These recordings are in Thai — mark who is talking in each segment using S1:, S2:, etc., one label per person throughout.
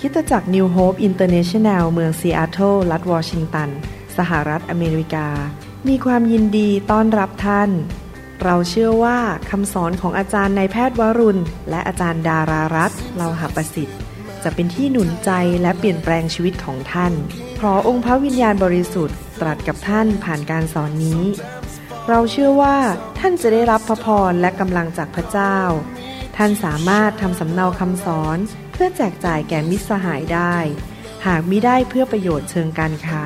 S1: ตจักร New Hope International เมืองซีแอตเทิลรัฐวอชิงตันสหรัฐอเมริกามีความยินดีต้อนรับท่านเราเชื่อว่าคำสอนของอาจารย์นายแพทย์วรุณและอาจารย์ดารารัตน์เลาหประสิทธิ์จะเป็นที่หนุนใจและเปลี่ยนแปลงชีวิตของท่านขอองค์พระวิญญาณบริสุทธิ์ตรัสกับท่านผ่านการสอนนี้เราเชื่อว่าท่านจะได้รับพระพรและกำลังจากพระเจ้าท่านสามารถทำสำเนาคำสอนเพื่อแจกจ่ายแก่มิตรสหายได้หากมิได้เพื่อประโยชน์เชิงการค้า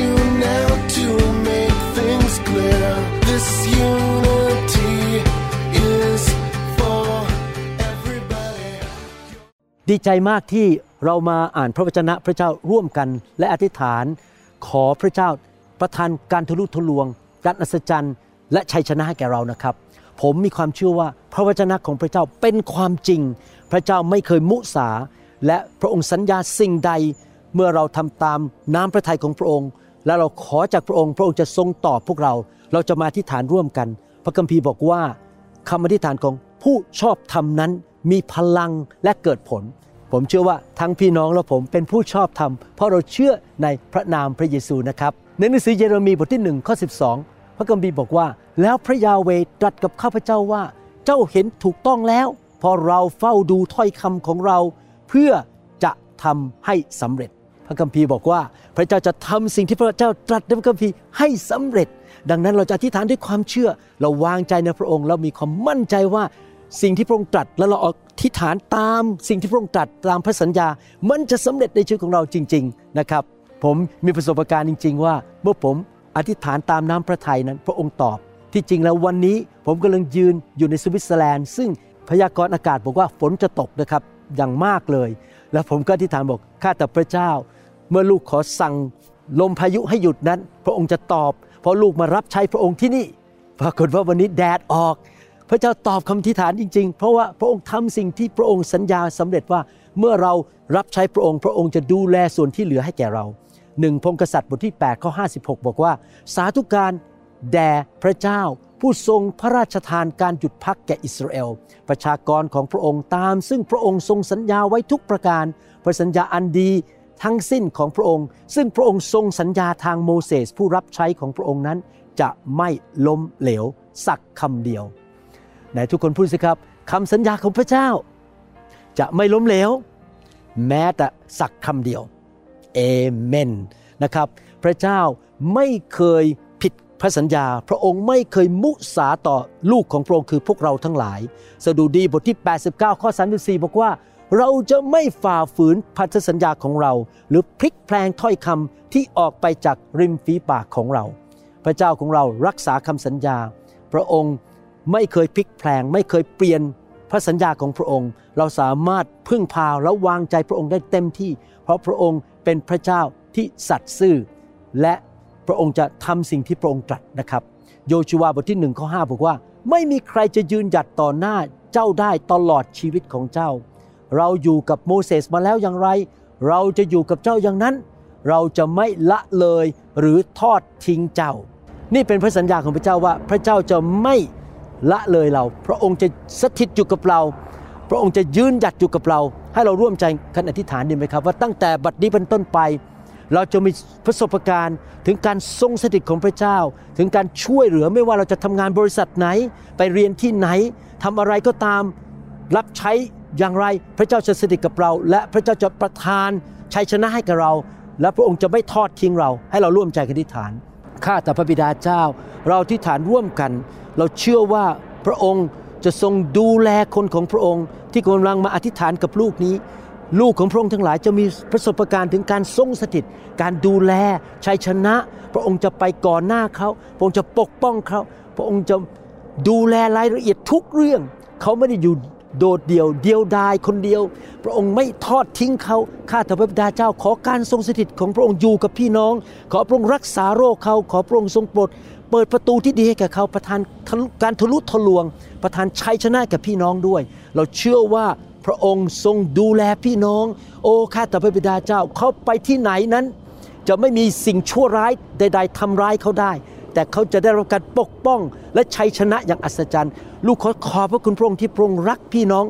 S2: ดีใจมากที่เรามาอ่านพระวจนะพระเจ้าร่วมกันและอธิษฐานขอพระเจ้าประทานการทะลุทะลวงการอัศจรรย์และชัยชนะให้แก่เรานะครับผมมีความเชื่อว่าพระวจนะของพระเจ้าเป็นความจริงพระเจ้าไม่เคยมุสาและพระองค์สัญญาสิ่งใดเมื่อเราทำตามน้ำพระทัยของพระองค์และเราขอจากพระองค์พระองค์จะทรงตอบพวกเราจะมาอธิษฐานร่วมกันพระคัมภีร์บอกว่าคำอธิษฐานของผู้ชอบธรรมนั้นมีพลังและเกิดผลผมเชื่อว่าทั้งพี่น้องและผมเป็นผู้ชอบธรรมเพราะเราเชื่อในพระนามพระเยซูนะครับในหนังสือเยเรมีบทที่1ข้อ12พระคัมภีร์บอกว่าแล้วพระยาเวห์ตรัสกับข้าพเจ้าว่าเจ้าเห็นถูกต้องแล้วพอเราเฝ้าดูถ้อยคำของเราเพื่อจะทำให้สำเร็จพระคัมภีร์บอกว่าพระเจ้าจะทำสิ่งที่พระเจ้าตรัสในพระคัมภีร์ให้สำเร็จดังนั้นเราจะอธิษฐานด้วยความเชื่อเราวางใจในพระองค์แล้วมีความมั่นใจว่าสิ่งที่พระองค์ตรัสแล้วเราอธิษฐานตามสิ่งที่พระองค์ตรัสตามพระสัญญามันจะสำเร็จในชีวิตของเราจริงๆนะครับผมมีประสบการณ์จริงๆว่าเมื่อผมอธิษฐานตามน้ำพระทัยนั้นพระองค์ตอบที่จริงแล้ววันนี้ผมกำลังยืนอยู่ในสวิตเซอร์แลนด์ซึ่งพยากรณ์อากาศบอกว่าฝนจะตกนะครับอย่างมากเลยแล้วผมก็อธิษฐานบอกข้าแต่พระเจ้าเมื่อลูกขอสั่งลมพายุให้หยุดนั้นพระองค์จะตอบเพราะลูกมารับใช้พระองค์ที่นี่ปรากฏว่าวันนี้แดดออกพระเจ้าตอบคำอธิษฐานจริงๆเพราะว่าพระองค์ทำสิ่งที่พระองค์สัญญาสำเร็จว่าเมื่อเรารับใช้พระองค์พระองค์จะดูแลส่วนที่เหลือให้แก่เรา1พงศ์กษัตริย์บทที่8ข้อ56บอกว่าสาธุการแด่พระเจ้าผู้ทรงพระราชทานการหยุดพักแก่อิสราเอลประชากรของพระองค์ตามซึ่งพระองค์ทรงสัญญาไว้ทุกประการพระสัญญาอันดีทั้งสิ้นของพระองค์ซึ่งพระองค์ทรงสัญญาทางโมเสสผู้รับใช้ของพระองค์นั้นจะไม่ล้มเหลวสักคำเดียวไหนทุกคนพูดสิครับคำสัญญาของพระเจ้าจะไม่ล้มเหลวแม้แต่สักคำเดียวเอเมนนะครับพระเจ้าไม่เคยผิดพระสัญญาพระองค์ไม่เคยมุสาต่อลูกของพระองค์คือพวกเราทั้งหลายสดุดีบทที่89ข้อ34บอกว่าเราจะไม่ฝ่าฝืนพันธสัญญาของเราหรือพลิกแพลงถ้อยคำที่ออกไปจากริมฝีปากของเราพระเจ้าของเรารักษาคำสัญญาพระองค์ไม่เคยพลิกแพลงไม่เคยเปลี่ยนพระสัญญาของพระองค์เราสามารถพึ่งพาและวางใจพระองค์ได้เต็มที่เพราะพระองค์เป็นพระเจ้าที่สัตย์ซื่อและพระองค์จะทำสิ่งที่พระองค์ตรัสนะครับโยชูวาบทที่1ข้อ5บอกว่าไม่มีใครจะยืนหยัดต่อหน้าเจ้าได้ตลอดชีวิตของเจ้าเราอยู่กับโมเสสมาแล้วอย่างไรเราจะอยู่กับเจ้าอย่างนั้นเราจะไม่ละเลยหรือทอดทิ้งเจ้านี่เป็นพระสัญญาของพระเจ้าว่าพระเจ้าจะไม่ละเลยเราพระองค์จะสถิตอยู่กับเราพระองค์จะยืนหยัดอยู่กับเราให้เราร่วมใจกันอธิษฐานดีไหมครับว่าตั้งแต่บัดนี้เป็นต้นไปเราจะมีประสบการณ์ถึงการทรงสถิตของพระเจ้าถึงการช่วยเหลือไม่ว่าเราจะทำงานบริษัทไหนไปเรียนที่ไหนทำอะไรก็ตามรับใช้อย่างไรพระเจ้าจะสถิตกับเราและพระเจ้าจะประทานชัยชนะให้กับเราและพระองค์จะไม่ทอดทิ้งเราให้เราร่วมใจกันอธิษฐานข้าแต่พระบิดาเจ้าเราอธิษฐานร่วมกันเราเชื่อว่าพระองค์จะทรงดูแลคนของพระองค์ที่กำลังมาอธิษฐานกับลูกนี้ลูกของพระองค์ทั้งหลายจะมีประสบการณ์ถึงการทรงสถิตการดูแลชัยชนะพระองค์จะไปก่อนหน้าเขาพระองค์จะปกป้องเขาพระองค์จะดูแลรายละเอียดทุกเรื่องเขาไม่ได้อยู่โดดเดี่ยวดายคนเดียวพระองค์ไม่ทอดทิ้งเขาข้าแต่พระบิดาเจ้าขอการทรงสถิตของพระองค์อยู่กับพี่น้องขอพระองค์รักษาโรคเขาขอพระองค์ทรงโปรดเปิดประตูที่ดีให้แก่เขาประทานการทะลุทะลวงประทานชัยชนะแก่พี่น้องด้วยเราเชื่อว่าพระองค์ทรงดูแลพี่น้องโอ้ข้าแต่พระบิดาเจ้าเขาไปที่ไหนนั้นจะไม่มีสิ่งชั่วร้ายใดๆทำร้ายเขาได้แต่เขาจะได้รับการปกป้องและชัยชนะอย่างอัศจรรย์ลูกขอบพระคุณพระองค์ที่พระองค์รักพี่น้อง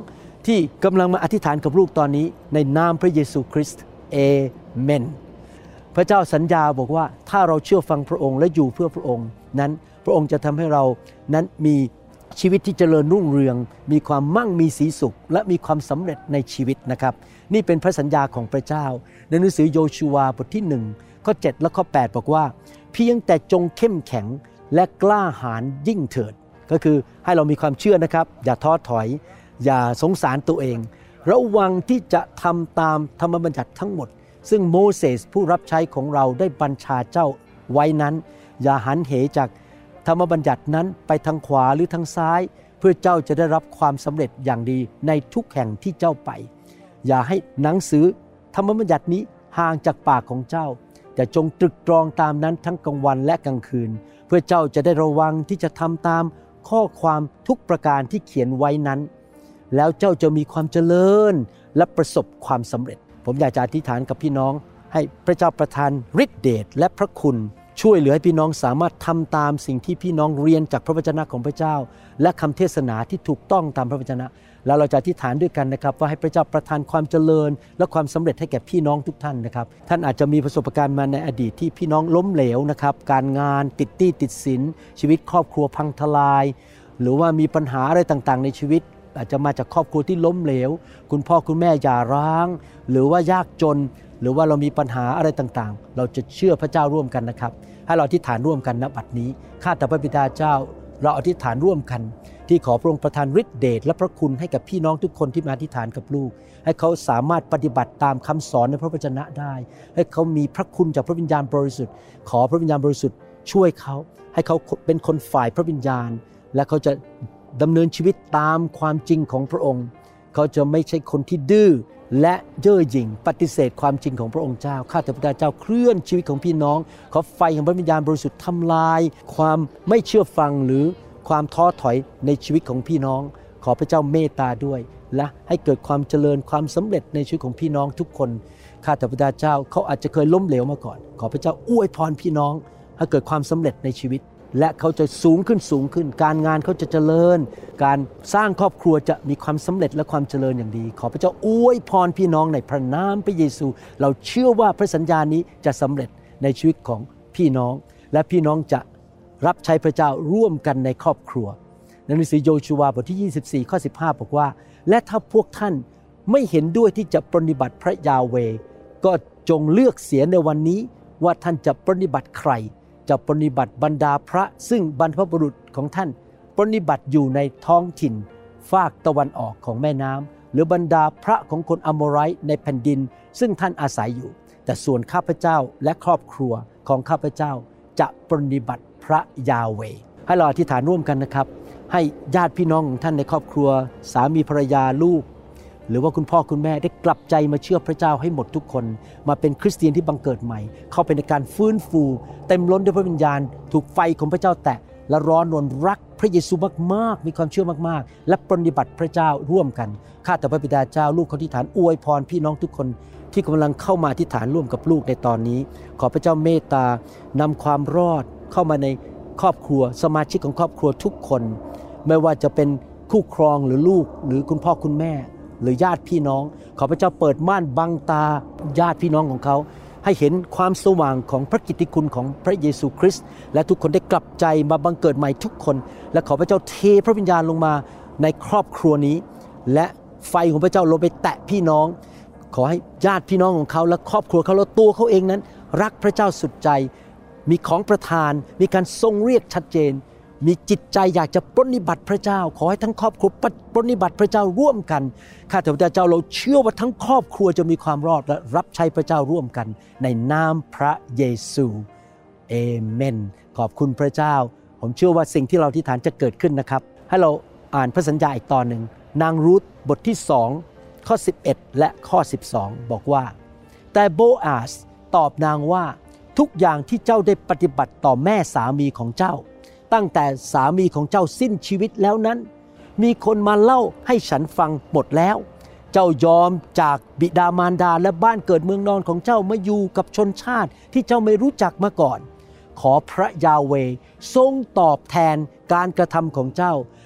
S2: ที่กำลังมาอธิษฐานกับลูกตอนนี้ในนามพระเยซูคริสต์เอเมนพระเจ้าสัญญาบอกว่าถ้าเราเชื่อฟังพระองค์และอยู่เพื่อพระองค์นั้นพระองค์จะทำให้เรานั้นมีชีวิตที่เจริญรุ่งเรืองมีความมั่งมีสีสุขและมีความสำเร็จในชีวิตนะครับนี่เป็นพระสัญญาของพระเจ้าในหนังสือโยชูวาบทที่1ข้อ7และข้อ8บอกว่าเพียงแต่จงเข้มแข็งและกล้าหาญยิ่งเถิดก็คือให้เรามีความเชื่อนะครับอย่าท้อถอยอย่าสงสารตัวเองระวังที่จะทำตามธรรมบัญญัติทั้งหมดซึ่งโมเสสผู้รับใช้ของเราได้บัญชาเจ้าไว้นั้นอย่าหันเหจากธรรมบัญญัตินั้นไปทางขวาหรือทางซ้ายเพื่อเจ้าจะได้รับความสำเร็จอย่างดีในทุกแห่งที่เจ้าไปอย่าให้หนังสือธรรมบัญญัตินี้ห่างจากปากของเจ้าแต่จงตรึกตรองตามนั้นทั้งกลางวันและกลางคืนเพื่อเจ้าจะได้ระวังที่จะทำตามข้อความทุกประการที่เขียนไว้นั้นแล้วเจ้าจะมีความเจริญและประสบความสำเร็จผมอยากจะอธิษฐานกับพี่น้องให้พระเจ้าประทานฤทธิเดชและพระคุณช่วยเหลือให้พี่น้องสามารถทำตามสิ่งที่พี่น้องเรียนจากพระวจนะของพระเจ้าและคำเทศนาที่ถูกต้องตามพระวจนะแล้วเราจะอธิษฐานด้วยกันนะครับว่าให้พระเจ้าประทานความเจริญและความสำเร็จให้แก่พี่น้องทุกท่านนะครับท่านอาจจะมีประสบการณ์มาในอดีตที่พี่น้องล้มเหลวนะครับการงานติดหนี้ติดสินชีวิตครอบครัวพังทลายหรือว่ามีปัญหาอะไรต่างๆในชีวิตอาจจะมาจากครอบครัวที่ล้มเหลวคุณพ่อคุณแม่หย่าร้างหรือว่ายากจนหรือว่าเรามีปัญหาอะไรต่างๆเราจะเชื่อพระเจ้าร่วมกันนะครับให้เราอธิษฐานร่วมกันณบัดนี้ข้าแต่พระบิดาเจ้าเราอธิษฐานร่วมกันที่ขอพระองค์ประทานฤทธิเดชและพระคุณให้กับพี่น้องทุกคนที่มาอธิษฐานกับลูกให้เขาสามารถปฏิบัติตามคำสอนในพระวจนะได้ให้เขามีพระคุณจากพระวิญญาณบริสุทธิ์ขอพระวิญญาณบริสุทธิ์ช่วยเขาให้เขาเป็นคนฝ่ายพระวิญญาณและเขาจะดำเนินชีวิตตามความจริงของพระองค์เขาจะไม่ใช่คนที่ดื้อและเย่อหยิ่งปฏิเสธความจริงของพระองค์เจ้าข้าแต่พระบิดาเจ้าเคลื่อนชีวิตของพี่น้องขอไฟของพระวิญญาณบริสุทธิ์ทำลายความไม่เชื่อฟังหรือความท้อถอยในชีวิตของพี่น้องขอพระเจ้าเมตตาด้วยและให้เกิดความเจริญความสำเร็จในชีวิตของพี่น้องทุกคนข้าแต่พระบิดาเจ้าเขาอาจจะเคยล้มเหลวมาก่อนขอพระเจ้าอวยพรพี่น้องให้เกิดความสำเร็จในชีวิตและเขาจะสูงขึ้นการงานเขาจะเจริญการสร้างครอบครัวจะมีความสำเร็จและความเจริญอย่างดีขอพระเจ้าอวยพรพี่น้องในพระนามพระเยซูเราเชื่อว่าพระสัญญานี้จะสำเร็จในชีวิตของพี่น้องและพี่น้องจะรับใช้พระเจ้าร่วมกันในครอบครัวในหนังสือโยชูวาบทที่24ข้อ15บอกว่าและถ้าพวกท่านไม่เห็นด้วยที่จะปฏิบัติพระยาเวห์ก็จงเลือกเสียในวันนี้ว่าท่านจะปฏิบัติใครจะปฏิบัติบรรดาพระซึ่งบรรพบุรุษของท่านปฏิบัติอยู่ในท้องถิ่นฝากตะวันออกของแม่น้ำหรือบรรดาพระของคนอโมไรต์ในแผ่นดินซึ่งท่านอาศัยอยู่แต่ส่วนข้าพเจ้าและครอบครัวของข้าพเจ้าจะปฏิบัติพระยาเวห์ให้เราอธิษฐานร่วมกันนะครับให้ญาติพี่น้องของท่านในครอบครัวสามีภรรยาลูกหรือว่าคุณพ่อคุณแม่ได้กลับใจมาเชื่อพระเจ้าให้หมดทุกคนมาเป็นคริสเตียนที่บังเกิดใหม่เข้าไปในการฟื้นฟูเต็มล้นด้วยพระวิญญาณถูกไฟของพระเจ้าแตะและร้อนรนรักพระเยซูมากๆมีความเชื่อมากๆและปฏิบัติพระเจ้าร่วมกันข้าแต่พระบิดาเจ้าลูกเขาอธิษฐานอวยพรพี่น้องทุกคนที่กำลังเข้ามาอธิษฐานร่วมกับลูกในตอนนี้ขอพระเจ้าเมตตานำความรอดเข้ามาในครอบครัวสมาชิกของครอบครัวทุกคนไม่ว่าจะเป็นคู่ครองหรือลูกหรือคุณพ่อคุณแม่หรือญาติพี่น้องขอพระเจ้าเปิดม่านบังตาญาติพี่น้องของเขาให้เห็นความสว่างของพระกิตติคุณของพระเยซูคริสต์และทุกคนได้กลับใจมาบังเกิดใหม่ทุกคนและขอพระเจ้าเทพระวิญญาณลงมาในครอบครัวนี้และไฟของพระเจ้าลงไปแตะพี่น้องขอให้ญาติพี่น้องของเขาและครอบครัวเขาและตัวเขาเองนั้นรักพระเจ้าสุดใจมีของประทานมีการทรงเรียกชัดเจนมีจิตใจอยากจะปฏิบัติพระเจ้าขอให้ทั้งครอบครัวปฏิบัติพระเจ้าร่วมกันข้าแต่พระเจ้าเราเชื่อว่าทั้งครอบครัวจะมีความรอดและรับใช้พระเจ้าร่วมกันในนามพระเยซูเอเมนขอบคุณพระเจ้าผมเชื่อว่าสิ่งที่เราอธิษฐานจะเกิดขึ้นนะครับให้เราอ่านพระสัญญาอีกตอนหนึ่งนางรูธบทที่2ข้อ11และข้อ12บอกว่าแต่โบอาสตอบนางว่าทุกอย่างที่เจ้าได้ปฏิบัติต่อแม่สามีของเจ้าตั้งแต่สามีของเจ้าสิ้นชีวิตแล้วนั้นมีคนมาเล่าให้ฉันฟังหมดแล้วเจ้ายอมจากบิดามารดาและบ้านเกิดเมืองนอนของเจ้ามาอยู่กับชนชาติที่เจ้าไม่รู้จักมาก่อนขอพระยาเวห์ทรงตอบแทนการกระทำของเจ้า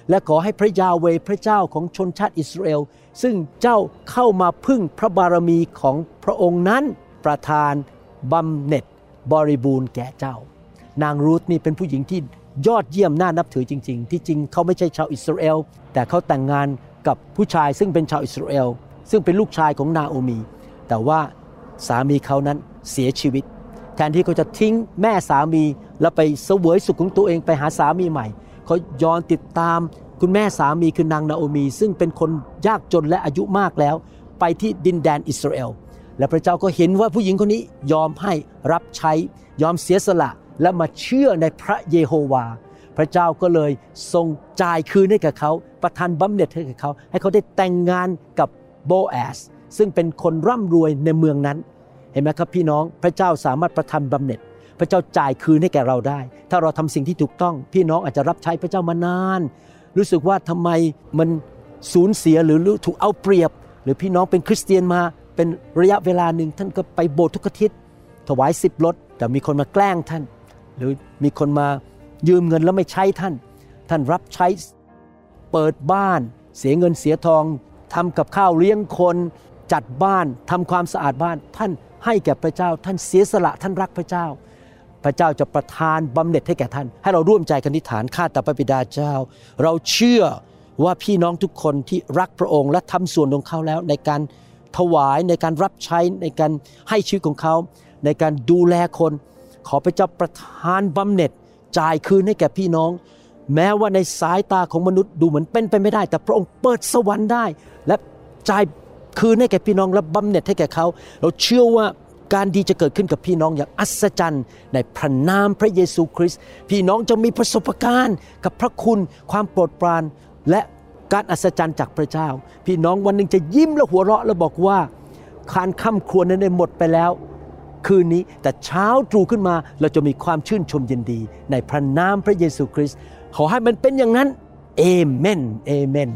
S2: และขอให้พระยาเวห์พระเจ้าของชนชาติอิสราเอลซึ่งเจ้าเข้ามาพึ่งพระบารมีของพระองค์นั้นประทานบำเหน็จบริบูรณ์แก่เจ้านางรูธนี่เป็นผู้หญิงที่ยอดเยี่ยมน่านับถือจริงๆที่จริงเขาไม่ใช่ชาวอิสราเอลแต่เขาแต่งงานกับผู้ชายซึ่งเป็นชาวอิสราเอลซึ่งเป็นลูกชายของนาโอมีแต่ว่าสามีเขานั้นเสียชีวิตแทนที่เขาจะทิ้งแม่สามีแล้วไปเสวยสุขของตัวเองไปหาสามีใหม่เขาย้อนติดตามคุณแม่สามีคือนางนาโอมีซึ่งเป็นคนยากจนและอายุมากแล้วไปที่ดินแดนอิสราเอลและพระเจ้าก็เห็นว่าผู้หญิงคนนี้ยอมให้รับใช้ยอมเสียสละและมาเชื่อในพระเยโฮวาพระเจ้าก็เลยทรงจ่ายคืนให้กับเขาประทานบำเหน็จให้กับเขาให้เขาได้แต่งงานกับโบแอสซึ่งเป็นคนร่ำรวยในเมืองนั้นเห็นไหมครับพี่น้องพระเจ้าสามารถประทานบำเหน็จพระเจ้าจ่ายคืนให้แก่เราได้ถ้าเราทำสิ่งที่ถูกต้องพี่น้องอาจจะรับใช้พระเจ้ามานานรู้สึกว่าทำไมมันสูญเสียหรือถูกเอาเปรียบหรือพี่น้องเป็นคริสเตียนมาเป็นระยะเวลาหนึ่งท่านก็ไปโบสถ์ทุกอาทิตย์ถวาย10 รถแต่มีคนมาแกล้งท่านหรือมีคนมายืมเงินแล้วไม่ใช้ท่านรับใช้เปิดบ้านเสียเงินเสียทองทำกับข้าวเลี้ยงคนจัดบ้านทำความสะอาดบ้านท่านให้แก่พระเจ้าท่านเสียสละท่านรักพระเจ้าพระเจ้าจะประทานบำเหน็จให้แก่ท่านให้เราร่วมใจกันอธิษฐานข้าแต่พระบิดาเจ้าเราเชื่อว่าพี่น้องทุกคนที่รักพระองค์และทำส่วนของเขาแล้วในการถวายในการรับใช้ในการให้ชีวิตของเขาในการดูแลคนขอพระเจ้าประทานบำเหน็จจ่ายคืนให้แก่พี่น้องแม้ว่าในสายตาของมนุษย์ดูเหมือนเป็นไปไม่ได้แต่พระองค์เปิดสวรรค์ได้และจ่ายคืนให้แก่พี่น้องและบำเหน็จให้แก่เขาเราเชื่อว่าการดีจะเกิดขึ้นกับพี่น้องอย่างอัศจรรย์ในพระนามพระเยซูคริสต์พี่น้องจะมีประสบการณ์กับพระคุณความโปรดปรานและการอัศจรรย์จากพระเจ้าพี่น้องวันหนึ่งจะยิ้มและหัวเราะและบอกว่าการค่ำครวญนั้นได้หมดไปแล้วคืนนี้แต่เช้าตรู่ขึ้นมาเราจะมีความชื่นชมยินดีในพระนามพระเยซูคริสต์ขอให้มันเป็นอย่างนั้นเอเมนเอเมน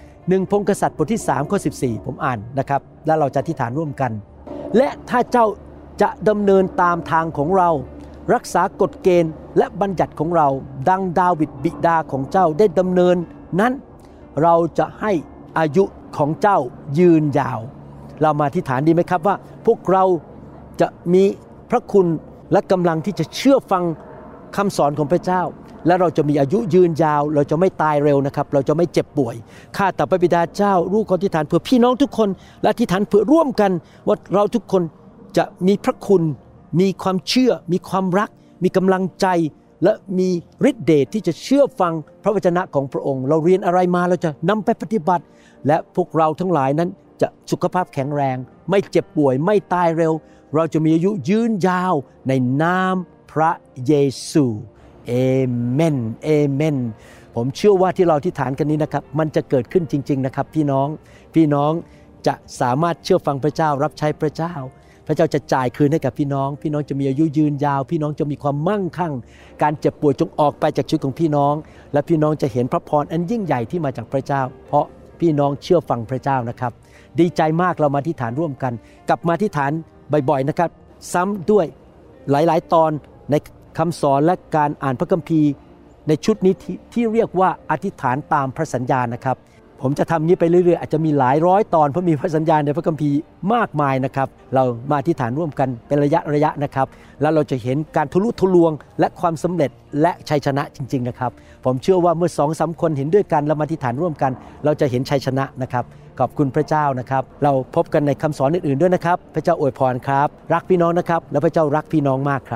S2: 1พงศ์กษัตริย์บทที่3ข้อ14ผมอ่านนะครับแล้วเราจะอธิษฐานร่วมกันและถ้าเจ้าจะดำเนินตามทางของเรารักษากฎเกณฑ์และบัญญัติของเราดังดาวิดบิดาของเจ้าได้ดำเนินนั้นเราจะให้อายุของเจ้ายืนยาวเรามาอธิษฐานดีไหมครับว่าพวกเราจะมีพระคุณและกำลังที่จะเชื่อฟังคำสอนของพระเจ้าและเราจะมีอายุยืนยาวเราจะไม่ตายเร็วนะครับเราจะไม่เจ็บป่วยข้าแต่พระบิดาเจ้าลูกขออธิษฐานเพื่อพี่น้องทุกคนและอธิษฐานเพื่อร่วมกันว่าเราทุกคนจะมีพระคุณมีความเชื่อมีความรักมีกำลังใจและมีฤทธิ์เดชที่จะเชื่อฟังพระวจนะของพระองค์เราเรียนอะไรมาเราจะนำไปปฏิบัติและพวกเราทั้งหลายนั้นจะสุขภาพแข็งแรงไม่เจ็บป่วยไม่ตายเร็วเราจะมีอายุยืนยาวในนามพระเยซูเอเมนเอเมนผมเชื่อว่าที่เราอธิษฐานกันนี้นะครับมันจะเกิดขึ้นจริงๆนะครับพี่น้องจะสามารถเชื่อฟังพระเจ้ารับใช้พระเจ้าพระเจ้าจะจ่ายคืนให้กับพี่น้องจะมีอายุยืนยาวพี่น้องจะมีความมั่งคั่งการเจ็บป่วยจงออกไปจากชีวิตของพี่น้องและพี่น้องจะเห็นพระพรอันยิ่งใหญ่ที่มาจากพระเจ้าเพราะพี่น้องเชื่อฟังพระเจ้านะครับดีใจมากเรามาอธิษฐานร่วมกันกลับมาอธิษฐานบ่อยๆนะครับซ้ำด้วยหลายๆตอนในคำสอนและการอ่านพระคัมภีร์ในชุดนี้ที่เรียกว่าอธิษฐานตามพระสัญญานะครับผมจะทำนี้ไปเรื่อยๆอาจจะมีหลายร้อยตอนเพราะมีพระสัญญาในพระคัมภีร์มากมายนะครับเรามาอธิษฐานร่วมกันเป็นระยะนะครับแล้วเราจะเห็นการทะลุทะลวงและความสำเร็จและชัยชนะจริงๆนะครับผมเชื่อว่าเมื่อ 2-3 คนเห็นด้วยกันแล้วมาอธิษฐานร่วมกันเราจะเห็นชัยชนะนะครับขอบคุณพระเจ้านะครับเราพบกันในคำสอนอื่นๆด้วยนะครับพระเจ้าอวยพรครับรักพี่น้องนะครับและพระเจ้ารักพี่น้องมากครับ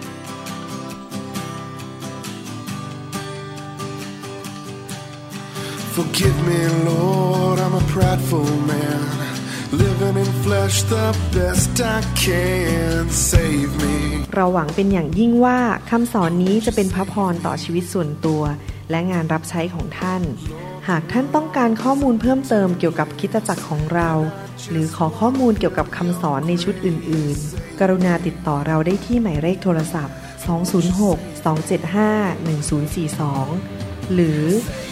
S3: Forgive me, Lord, I'm a prideful man, living in flesh the best I can. Save me.
S1: เราหวังเป็นอย่างยิ่งว่าคำสอนนี้จะเป็นพระพรต่อชีวิตส่วนตัวและงานรับใช้ของท่านหากท่านต้องการข้อมูลเพิ่มเติมเกี่ยวกับคริสตจักรของเราหรือขอข้อมูลเกี่ยวกับคำสอนในชุดอื่นๆกรุณาติดต่อเราได้ที่หมายเลขโทรศัพท์206-275-1042หรือ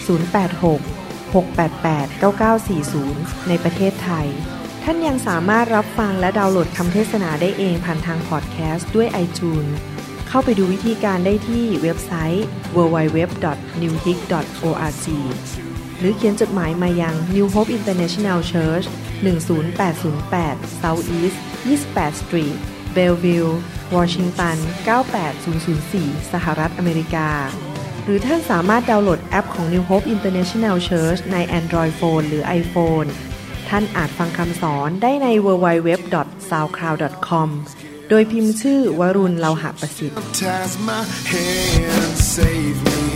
S1: 086-688-9940ในประเทศไทยท่านยังสามารถรับฟังและดาวน์โหลดคำเทศนาได้เองผ่านทางพอดแคสต์ด้วย iTunes เข้าไปดูวิธีการได้ที่เว็บไซต์ www.newhope.org หรือเขียนจดหมายมายัง New Hope International Church 10808 South East 28 Street Bellevue Washington 98004 สหรัฐอเมริกาหรือท่านสามารถดาวน์โหลดแอปของ New Hope International Church ใน Android Phone หรือ iPhone ท่านอาจฟังคำสอนได้ใน www.soundcloud.com โดยพิมพ์ชื่อวรุณ เลาหะประสิทธิ์